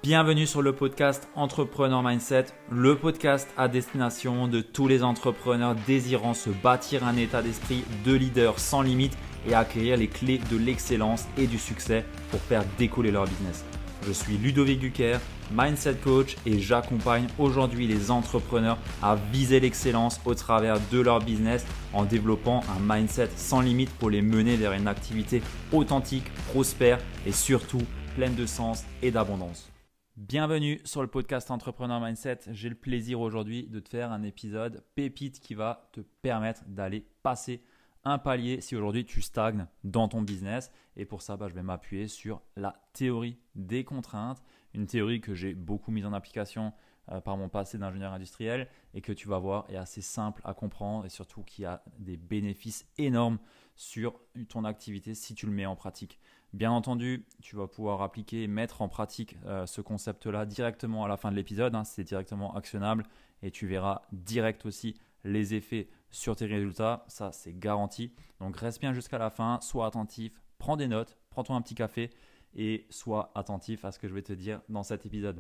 Bienvenue sur le podcast Entrepreneur Mindset, le podcast à destination de tous les entrepreneurs désirant se bâtir un état d'esprit de leader sans limite et acquérir les clés de l'excellence et du succès pour faire décoller leur business. Je suis Ludovic Duquer, Mindset Coach et j'accompagne aujourd'hui les entrepreneurs à viser l'excellence au travers de leur business en développant un mindset sans limite pour les mener vers une activité authentique, prospère et surtout pleine de sens et d'abondance. Bienvenue sur le podcast Entrepreneur Mindset. J'ai le plaisir aujourd'hui de te faire un épisode pépite qui va te permettre d'aller passer un palier si aujourd'hui tu stagnes dans ton business. Et pour ça, je vais m'appuyer sur la théorie des contraintes, une théorie que j'ai beaucoup mise en application par mon passé d'ingénieur industriel et que tu vas voir est assez simple à comprendre et surtout qui a des bénéfices énormes sur ton activité si tu le mets en pratique. Bien entendu, tu vas pouvoir appliquer et mettre en pratique ce concept-là directement à la fin de l'épisode. C'est directement actionnable et tu verras direct aussi les effets sur tes résultats. Ça, c'est garanti. Donc, reste bien jusqu'à la fin, sois attentif, prends des notes, prends-toi un petit café et sois attentif à ce que je vais te dire dans cet épisode.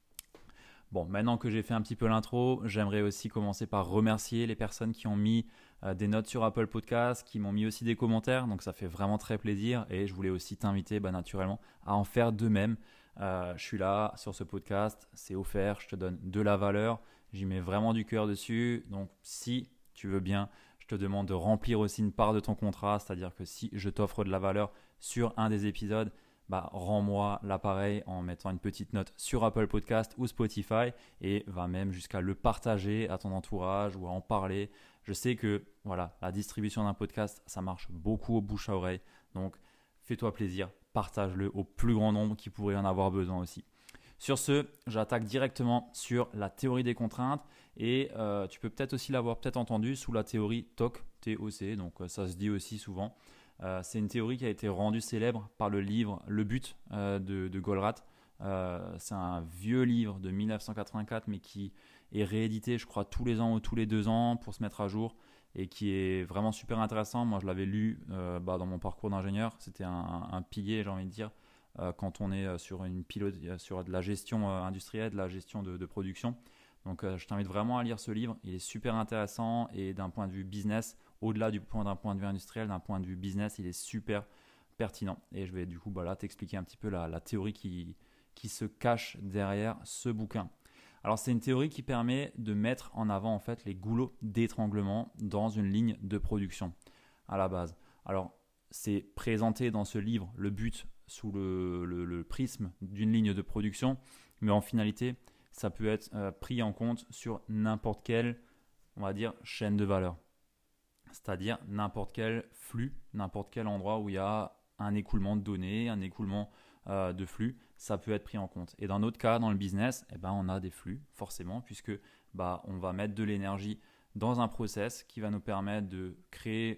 Bon, maintenant que j'ai fait un petit peu l'intro, j'aimerais aussi commencer par remercier les personnes qui ont mis des notes sur Apple Podcast, qui m'ont mis aussi des commentaires. Donc, ça fait vraiment très plaisir et je voulais aussi t'inviter naturellement à en faire de même. Je suis là sur ce podcast, c'est offert, je te donne de la valeur, j'y mets vraiment du cœur dessus. Donc, si tu veux bien, je te demande de remplir aussi une part de ton contrat, c'est-à-dire que si je t'offre de la valeur sur un des épisodes, rends-moi l'appareil en mettant une petite note sur Apple Podcast ou Spotify et va même jusqu'à le partager à ton entourage ou à en parler. Je sais que la distribution d'un podcast, ça marche beaucoup au bouche à oreille. Donc, fais-toi plaisir, partage-le au plus grand nombre qui pourrait en avoir besoin aussi. Sur ce, j'attaque directement sur la théorie des contraintes et tu peux peut-être aussi l'avoir entendu sous la théorie TOC, T-O-C, donc ça se dit aussi souvent. C'est une théorie qui a été rendue célèbre par le livre Le But de Goldratt. C'est un vieux livre de 1984 mais qui est réédité je crois tous les ans ou tous les 2 ans pour se mettre à jour et qui est vraiment super intéressant. Moi je l'avais lu dans mon parcours d'ingénieur. C'était un pilier, j'ai envie de dire, quand on est sur une pilote, sur de la gestion industrielle, de la gestion de production. Donc je t'invite vraiment à lire ce livre, il est super intéressant et d'un point de vue business, au-delà d'un point de vue industriel, d'un point de vue business, il est super pertinent. Et je vais du coup t'expliquer un petit peu la théorie qui se cache derrière ce bouquin. Alors c'est une théorie qui permet de mettre en avant en fait les goulots d'étranglement dans une ligne de production à la base. Alors c'est présenté dans ce livre le but sous le prisme d'une ligne de production, mais en finalité ça peut être pris en compte sur n'importe quelle, on va dire, chaîne de valeur. C'est-à-dire n'importe quel flux, n'importe quel endroit où il y a un écoulement de données, un écoulement de flux, ça peut être pris en compte. Et dans notre cas, dans le business, on a des flux forcément, puisque on va mettre de l'énergie dans un process qui va nous permettre de créer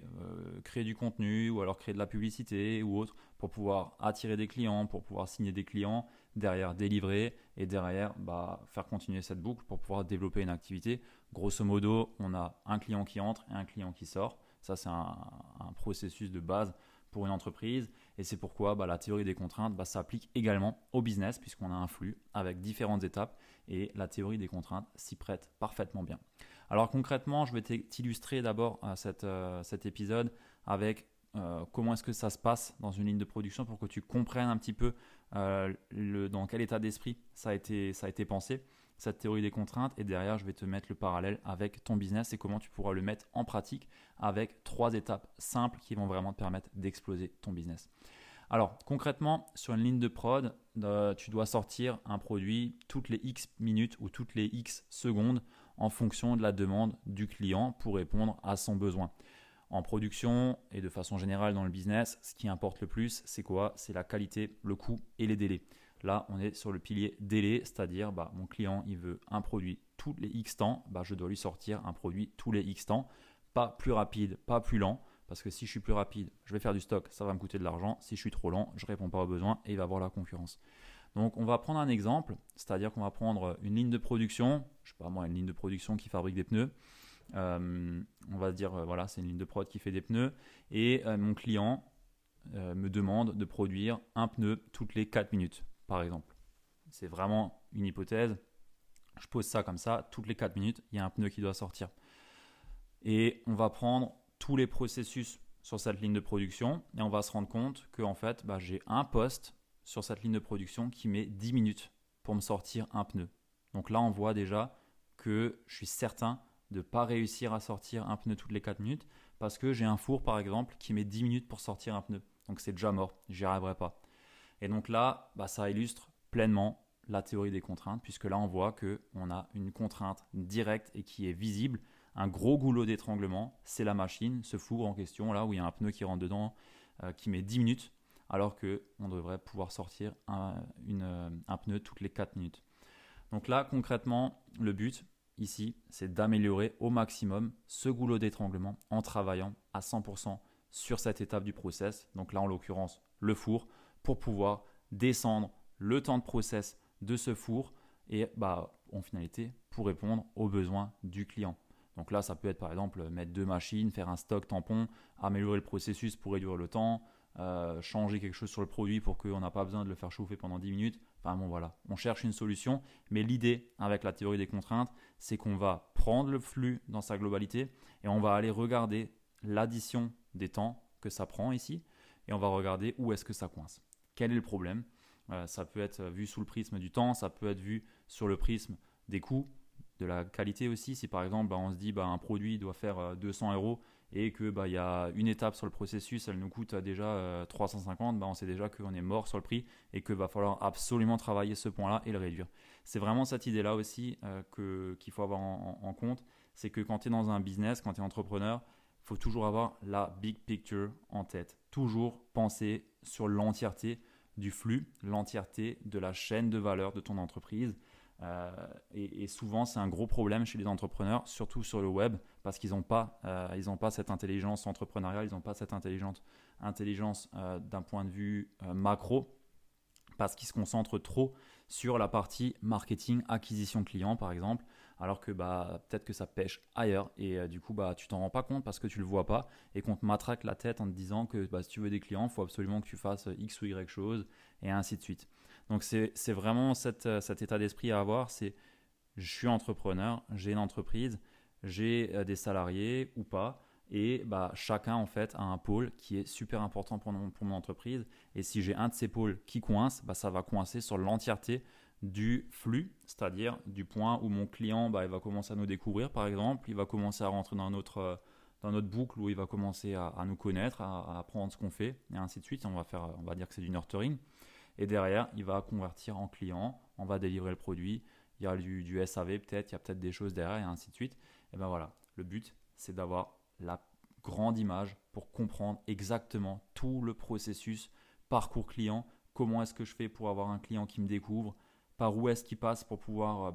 du contenu ou alors créer de la publicité ou autre pour pouvoir attirer des clients, pour pouvoir signer des clients, derrière délivrer et derrière faire continuer cette boucle pour pouvoir développer une activité. Grosso modo, on a un client qui entre et un client qui sort. Ça, c'est un processus de base pour une entreprise et c'est pourquoi la théorie des contraintes s'applique également au business puisqu'on a un flux avec différentes étapes et la théorie des contraintes s'y prête parfaitement bien. Alors concrètement, je vais t'illustrer d'abord cet épisode avec comment est-ce que ça se passe dans une ligne de production pour que tu comprennes un petit peu dans quel état d'esprit ça a été pensé, cette théorie des contraintes. Et derrière, je vais te mettre le parallèle avec ton business et comment tu pourras le mettre en pratique avec 3 étapes simples qui vont vraiment te permettre d'exploser ton business. Alors concrètement, sur une ligne de prod, tu dois sortir un produit toutes les X minutes ou toutes les X secondes en fonction de la demande du client pour répondre à son besoin. En production et de façon générale dans le business, ce qui importe le plus, c'est quoi ? C'est la qualité, le coût et les délais. Là, on est sur le pilier délai, c'est-à-dire mon client il veut un produit tous les X temps, je dois lui sortir un produit tous les X temps, pas plus rapide, pas plus lent. Parce que si je suis plus rapide, je vais faire du stock, ça va me coûter de l'argent. Si je suis trop lent, je ne réponds pas aux besoins et il va y avoir la concurrence. Donc, on va prendre un exemple, c'est-à-dire qu'on va prendre une ligne de production, une ligne de production qui fabrique des pneus. On va dire, c'est une ligne de prod qui fait des pneus et mon client me demande de produire un pneu toutes les 4 minutes, par exemple. c'est vraiment une hypothèse. Je pose ça comme ça, toutes les 4 minutes, il y a un pneu qui doit sortir. Et on va prendre tous les processus sur cette ligne de production et on va se rendre compte que en fait, j'ai un poste sur cette ligne de production qui met 10 minutes pour me sortir un pneu. Donc là, on voit déjà que je suis certain de ne pas réussir à sortir un pneu toutes les 4 minutes parce que j'ai un four par exemple qui met 10 minutes pour sortir un pneu. Donc c'est déjà mort, j'y arriverai pas. Et donc là, ça illustre pleinement la théorie des contraintes puisque là on voit qu'on a une contrainte directe et qui est visible. Un gros goulot d'étranglement, c'est la machine, ce four en question là où il y a un pneu qui rentre dedans qui met 10 minutes alors qu'on devrait pouvoir sortir un pneu toutes les 4 minutes. Donc là concrètement, le but ici, c'est d'améliorer au maximum ce goulot d'étranglement en travaillant à 100% sur cette étape du process. Donc là, en l'occurrence, le four, pour pouvoir descendre le temps de process de ce four et en finalité, pour répondre aux besoins du client. Donc là, ça peut être par exemple mettre 2 machines, faire un stock tampon, améliorer le processus pour réduire le temps, changer quelque chose sur le produit pour qu'on n'a pas besoin de le faire chauffer pendant 10 minutes. Enfin bon voilà, on cherche une solution, mais l'idée avec la théorie des contraintes, c'est qu'on va prendre le flux dans sa globalité et on va aller regarder l'addition des temps que ça prend ici et on va regarder où est-ce que ça coince. Quel est le problème ? Ça peut être vu sous le prisme du temps, ça peut être vu sur le prisme des coûts, de la qualité aussi. Si par exemple on se dit un produit doit faire 200 € et que y a une étape sur le processus, elle nous coûte déjà 350, on sait déjà qu'on est mort sur le prix et qu'il va falloir absolument travailler ce point-là et le réduire. C'est vraiment cette idée-là aussi qu'il faut avoir en compte, c'est que quand tu es dans un business, quand tu es entrepreneur, il faut toujours avoir la big picture en tête. Toujours penser sur l'entièreté du flux, l'entièreté de la chaîne de valeur de ton entreprise. Et souvent, c'est un gros problème chez les entrepreneurs, surtout sur le web, parce qu'ils n'ont pas cette intelligence entrepreneuriale, ils n'ont pas cette intelligence d'un point de vue macro, parce qu'ils se concentrent trop sur la partie marketing, acquisition client par exemple, alors que peut-être que ça pêche ailleurs et du coup tu t'en rends pas compte parce que tu le vois pas et qu'on te matraque la tête en te disant que si tu veux des clients, il faut absolument que tu fasses X ou Y chose et ainsi de suite. Donc c'est vraiment cet état d'esprit à avoir, c'est je suis entrepreneur, j'ai une entreprise, j'ai des salariés ou pas. Et chacun en fait a un pôle qui est super important pour mon entreprise. Et si j'ai un de ces pôles qui coince, ça va coincer sur l'entièreté du flux, c'est-à-dire du point où mon client il va commencer à nous découvrir par exemple, il va commencer à rentrer dans notre boucle où il va commencer à nous connaître, à apprendre ce qu'on fait et ainsi de suite. On va dire que c'est du nurturing. Et derrière, il va convertir en client, on va délivrer le produit, il y a du SAV peut-être, il y a peut-être des choses derrière et ainsi de suite. Et voilà, le but c'est d'avoir la grande image pour comprendre exactement tout le processus, parcours client, comment est-ce que je fais pour avoir un client qui me découvre, par où est-ce qu'il passe pour pouvoir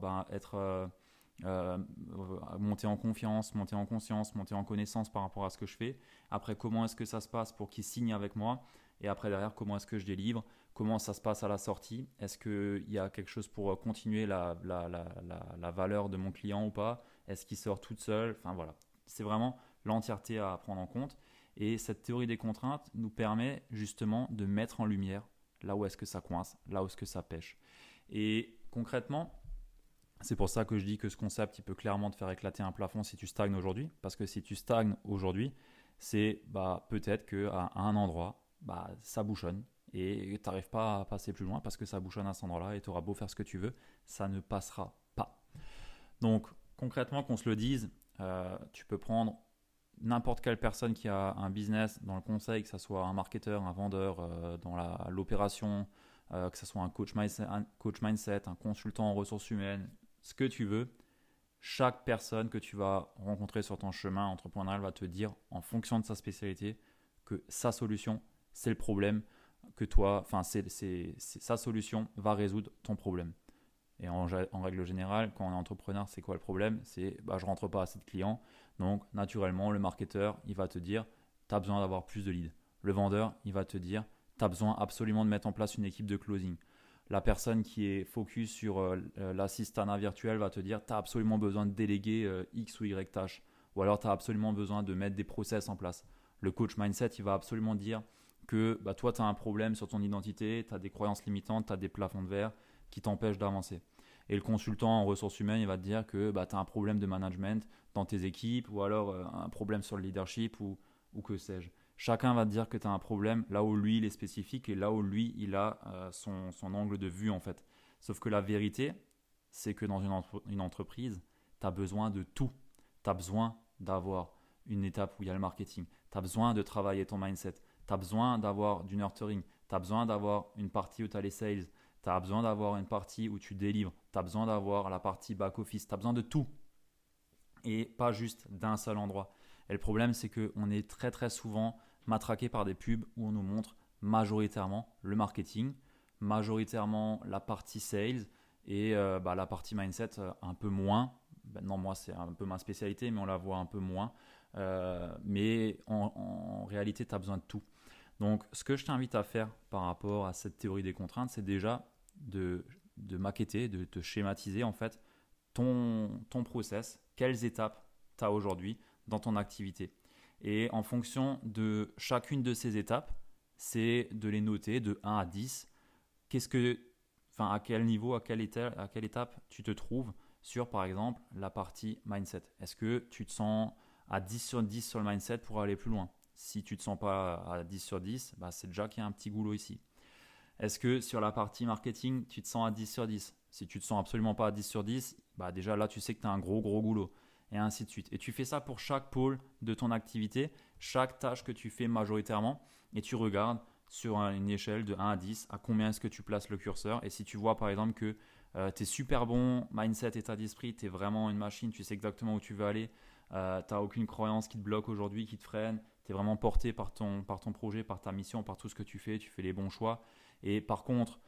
monter en confiance, monter en conscience, monter en connaissance par rapport à ce que je fais. Après, comment est-ce que ça se passe pour qu'il signe avec moi ? Et après, derrière, comment est-ce que je délivre ? Comment ça se passe à la sortie ? Est-ce qu'il y a quelque chose pour continuer la valeur de mon client ou pas ? Est-ce qu'il sort toute seule ? Enfin voilà, c'est vraiment l'entièreté à prendre en compte. Et cette théorie des contraintes nous permet justement de mettre en lumière là où est-ce que ça coince, là où est-ce que ça pêche. Et concrètement, c'est pour ça que je dis que ce concept, il peut clairement te faire éclater un plafond si tu stagnes aujourd'hui. Parce que si tu stagnes aujourd'hui, c'est peut-être qu'à un endroit, ça bouchonne et tu n'arrives pas à passer plus loin parce que ça bouchonne à cet endroit-là et tu auras beau faire ce que tu veux, ça ne passera pas. Donc concrètement, qu'on se le dise, tu peux prendre n'importe quelle personne qui a un business dans le conseil, que ce soit un marketeur, un vendeur, dans l'opération, que ce soit un coach mindset, un consultant en ressources humaines, ce que tu veux, chaque personne que tu vas rencontrer sur ton chemin entrepreneurial va te dire, en fonction de sa spécialité, que sa solution, c'est le problème que sa solution va résoudre ton problème. Et en règle générale, quand on est entrepreneur, c'est quoi le problème ? C'est je rentre pas assez de clients. Donc naturellement, le marketeur, il va te dire tu as besoin d'avoir plus de leads. Le vendeur, il va te dire tu as besoin absolument de mettre en place une équipe de closing. La personne qui est focus sur l'assistanat virtuel va te dire tu as absolument besoin de déléguer X ou Y tâches. Ou alors tu as absolument besoin de mettre des process en place. Le coach mindset, il va absolument dire que toi, tu as un problème sur ton identité, tu as des croyances limitantes, tu as des plafonds de verre, qui t'empêchent d'avancer. Et le consultant en ressources humaines, il va te dire que tu as un problème de management dans tes équipes ou alors un problème sur le leadership ou que sais-je. Chacun va te dire que tu as un problème là où lui il est spécifique et là où lui il a son angle de vue en fait. Sauf que la vérité, c'est que dans une entreprise, tu as besoin de tout. Tu as besoin d'avoir une étape où il y a le marketing. Tu as besoin de travailler ton mindset. Tu as besoin d'avoir du nurturing. Tu as besoin d'avoir une partie où tu as les sales. Tu as besoin d'avoir une partie où tu délivres. Tu as besoin d'avoir la partie back-office. Tu as besoin de tout. Et pas juste d'un seul endroit. Et le problème, c'est qu'on est très très souvent matraqué par des pubs où on nous montre majoritairement le marketing, majoritairement la partie sales et la partie mindset un peu moins. Non, moi c'est un peu ma spécialité, mais on la voit un peu moins. Mais en réalité, tu as besoin de tout. Donc, ce que je t'invite à faire par rapport à cette théorie des contraintes, c'est déjà de maqueter, de te schématiser en fait ton process, quelles étapes tu as aujourd'hui dans ton activité. Et en fonction de chacune de ces étapes, c'est de les noter de 1 à 10. À quel niveau, à quelle étape tu te trouves sur, par exemple, la partie mindset. Est-ce que tu te sens à 10 sur 10 sur le mindset pour aller plus loin? Si tu ne te sens pas à 10 sur 10, c'est déjà qu'il y a un petit goulot ici. Est-ce que sur la partie marketing, tu te sens à 10 sur 10? Si tu ne te sens absolument pas à 10 sur 10, déjà là, tu sais que tu as un gros goulot. Et ainsi de suite. Et tu fais ça pour chaque pôle de ton activité, chaque tâche que tu fais majoritairement, et tu regardes sur une échelle de 1 à 10 à combien est-ce que tu places le curseur. Et si tu vois par exemple que tu es super bon, mindset, état d'esprit, tu es vraiment une machine, tu sais exactement où tu veux aller, tu n'as aucune croyance qui te bloque aujourd'hui, qui te freine, tu es vraiment porté par ton projet, par ta mission, par tout ce que tu fais les bons choix. Et par contre,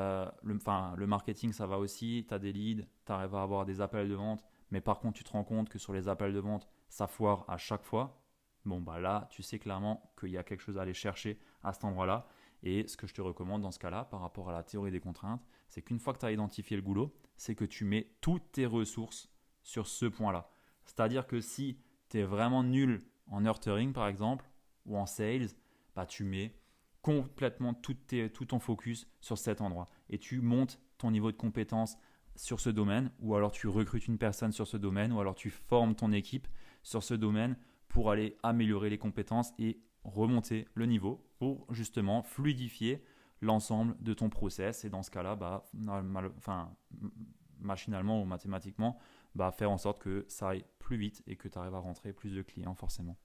le marketing, ça va aussi, tu as des leads, tu arrives à avoir des appels de vente, mais par contre, tu te rends compte que sur les appels de vente, ça foire à chaque fois. Là, tu sais clairement qu'il y a quelque chose à aller chercher à cet endroit-là. Et ce que je te recommande dans ce cas-là, par rapport à la théorie des contraintes, c'est qu'une fois que tu as identifié le goulot, c'est que tu mets toutes tes ressources sur ce point-là. C'est-à-dire que si tu es vraiment nul en nurturing, par exemple, ou en sales, tu mets complètement tout ton focus sur cet endroit. Et tu montes ton niveau de compétence sur ce domaine, ou alors tu recrutes une personne sur ce domaine, ou alors tu formes ton équipe sur ce domaine pour aller améliorer les compétences et remonter le niveau pour justement fluidifier l'ensemble de ton process. Et dans ce cas-là, machinalement ou mathématiquement, faire en sorte que ça aille plus vite et que tu arrives à rentrer plus de clients forcément.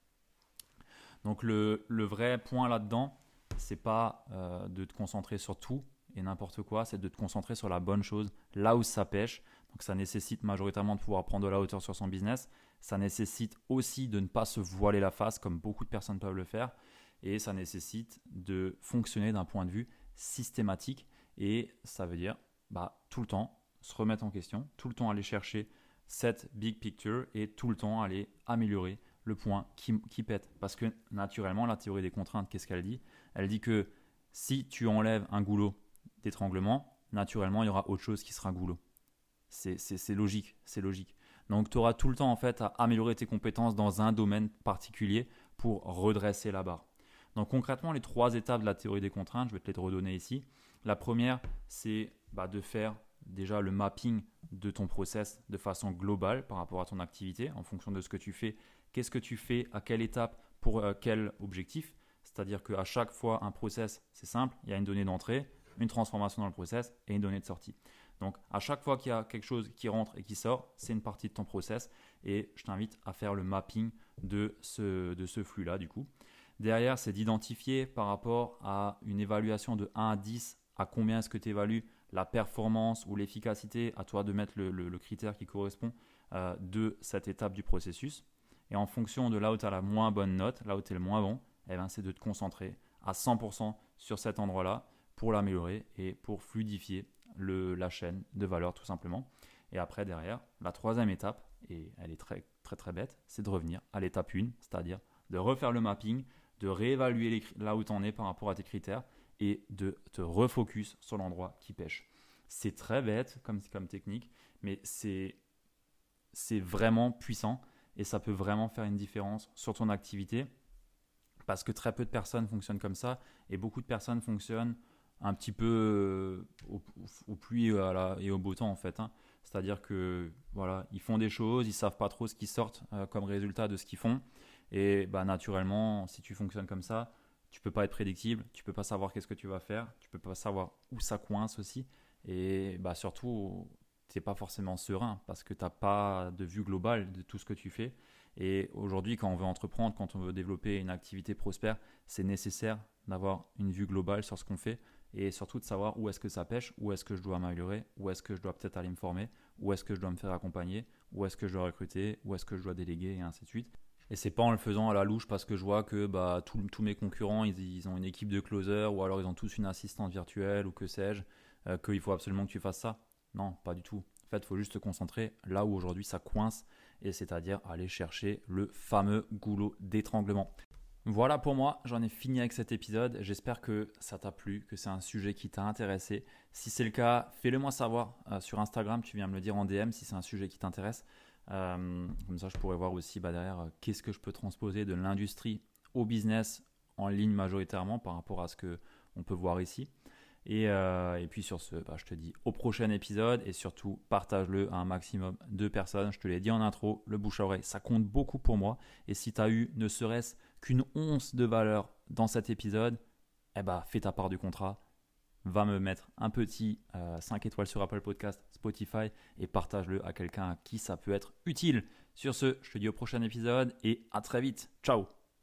Donc le vrai point là-dedans, c'est pas de te concentrer sur tout et n'importe quoi, c'est de te concentrer sur la bonne chose, là où ça pêche. Donc ça nécessite majoritairement de pouvoir prendre de la hauteur sur son business. Ça nécessite aussi de ne pas se voiler la face comme beaucoup de personnes peuvent le faire. Et ça nécessite de fonctionner d'un point de vue systématique. Et ça veut dire tout le temps se remettre en question, tout le temps aller chercher cette big picture et tout le temps aller améliorer le point qui pète. Parce que naturellement, la théorie des contraintes, qu'est-ce qu'elle dit? Elle dit que si tu enlèves un goulot d'étranglement, naturellement, il y aura autre chose qui sera goulot. C'est logique, c'est logique. Donc, tu auras tout le temps en fait à améliorer tes compétences dans un domaine particulier pour redresser la barre. Donc, concrètement, les 3 étapes de la théorie des contraintes, je vais te les redonner ici. La première, c'est de faire déjà le mapping de ton process de façon globale par rapport à ton activité en fonction de ce que tu fais. Qu'est-ce que tu fais, à quelle étape, pour quel objectif? C'est-à-dire qu'à chaque fois, un process, c'est simple, il y a une donnée d'entrée, une transformation dans le process et une donnée de sortie. Donc, à chaque fois qu'il y a quelque chose qui rentre et qui sort, c'est une partie de ton process et je t'invite à faire le mapping de ce flux-là du coup. Derrière, c'est d'identifier par rapport à une évaluation de 1 à 10 à combien est-ce que tu évalues la performance ou l'efficacité, à toi de mettre le critère qui correspond de cette étape du processus. Et en fonction de là où tu as la moins bonne note, là où tu es le moins bon, c'est de te concentrer à 100% sur cet endroit-là pour l'améliorer et pour fluidifier la chaîne de valeur tout simplement. Et après derrière, la 3e étape, et elle est très très très bête, c'est de revenir à l'étape 1, c'est-à-dire de refaire le mapping, de réévaluer là où tu en es par rapport à tes critères et de te refocus sur l'endroit qui pêche. C'est très bête comme technique, mais c'est vraiment puissant et ça peut vraiment faire une différence sur ton activité parce que très peu de personnes fonctionnent comme ça et beaucoup de personnes fonctionnent un petit peu au pluie et au beau temps en fait. C'est-à-dire que voilà, ils font des choses, ils savent pas trop ce qui sortent comme résultat de ce qu'ils font. Et naturellement, si tu fonctionnes comme ça, tu peux pas être prédictible, tu peux pas savoir qu'est-ce que tu vas faire, tu peux pas savoir où ça coince aussi. Et surtout, tu n'es pas forcément serein parce que tu n'as pas de vue globale de tout ce que tu fais. Et aujourd'hui, quand on veut entreprendre, quand on veut développer une activité prospère, c'est nécessaire d'avoir une vue globale sur ce qu'on fait et surtout de savoir où est-ce que ça pêche, où est-ce que je dois m'améliorer, où est-ce que je dois peut-être aller me former, où est-ce que je dois me faire accompagner, où est-ce que je dois recruter, où est-ce que je dois déléguer et ainsi de suite. Et c'est pas en le faisant à la louche parce que je vois que tous mes concurrents, ils ont une équipe de closers ou alors ils ont tous une assistante virtuelle ou que sais-je, qu'il faut absolument que tu fasses ça. Non, pas du tout. En fait, il faut juste te concentrer là où aujourd'hui ça coince, et c'est-à-dire aller chercher le fameux goulot d'étranglement. Voilà pour moi, j'en ai fini avec cet épisode. J'espère que ça t'a plu, que c'est un sujet qui t'a intéressé. Si c'est le cas, fais-le moi savoir sur Instagram. Tu viens me le dire en DM si c'est un sujet qui t'intéresse. Comme ça, je pourrais voir aussi derrière qu'est-ce que je peux transposer de l'industrie au business en ligne majoritairement par rapport à ce qu'on peut voir ici. Et puis sur ce, je te dis au prochain épisode et surtout partage-le à un maximum de personnes. Je te l'ai dit en intro, le bouche à oreille, ça compte beaucoup pour moi. Et si tu as eu ne serait-ce qu'une once de valeur dans cet épisode, fais ta part du contrat. Va me mettre un petit 5 étoiles sur Apple Podcast, Spotify et partage-le à quelqu'un à qui ça peut être utile. Sur ce, je te dis au prochain épisode et à très vite. Ciao!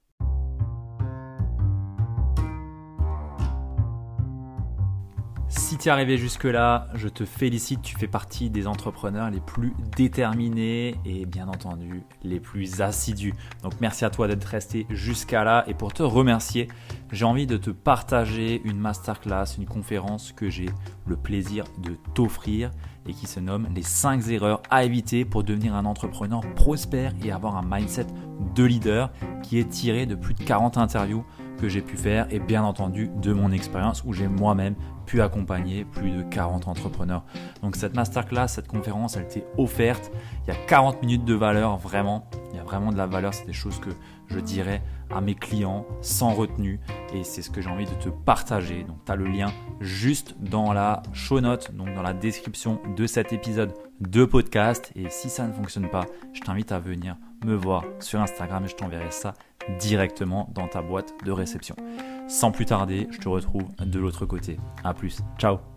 Si tu es arrivé jusque-là, je te félicite, tu fais partie des entrepreneurs les plus déterminés et bien entendu les plus assidus. Donc merci à toi d'être resté jusqu'à là et pour te remercier, j'ai envie de te partager une masterclass, une conférence que j'ai le plaisir de t'offrir et qui se nomme les 5 erreurs à éviter pour devenir un entrepreneur prospère et avoir un mindset de leader, qui est tiré de plus de 40 interviews que j'ai pu faire et bien entendu de mon expérience où j'ai moi-même pu accompagner plus de 40 entrepreneurs. Donc cette masterclass, cette conférence, elle t'est offerte. Il y a 40 minutes de valeur, vraiment. Il y a vraiment de la valeur. C'est des choses que je dirais à mes clients sans retenue et c'est ce que j'ai envie de te partager. Donc tu as le lien juste dans la show note, donc dans la description de cet épisode de podcast. Et si ça ne fonctionne pas, je t'invite à venir me voir sur Instagram et je t'enverrai ça directement dans ta boîte de réception. Sans plus tarder, je te retrouve de l'autre côté. À plus, ciao!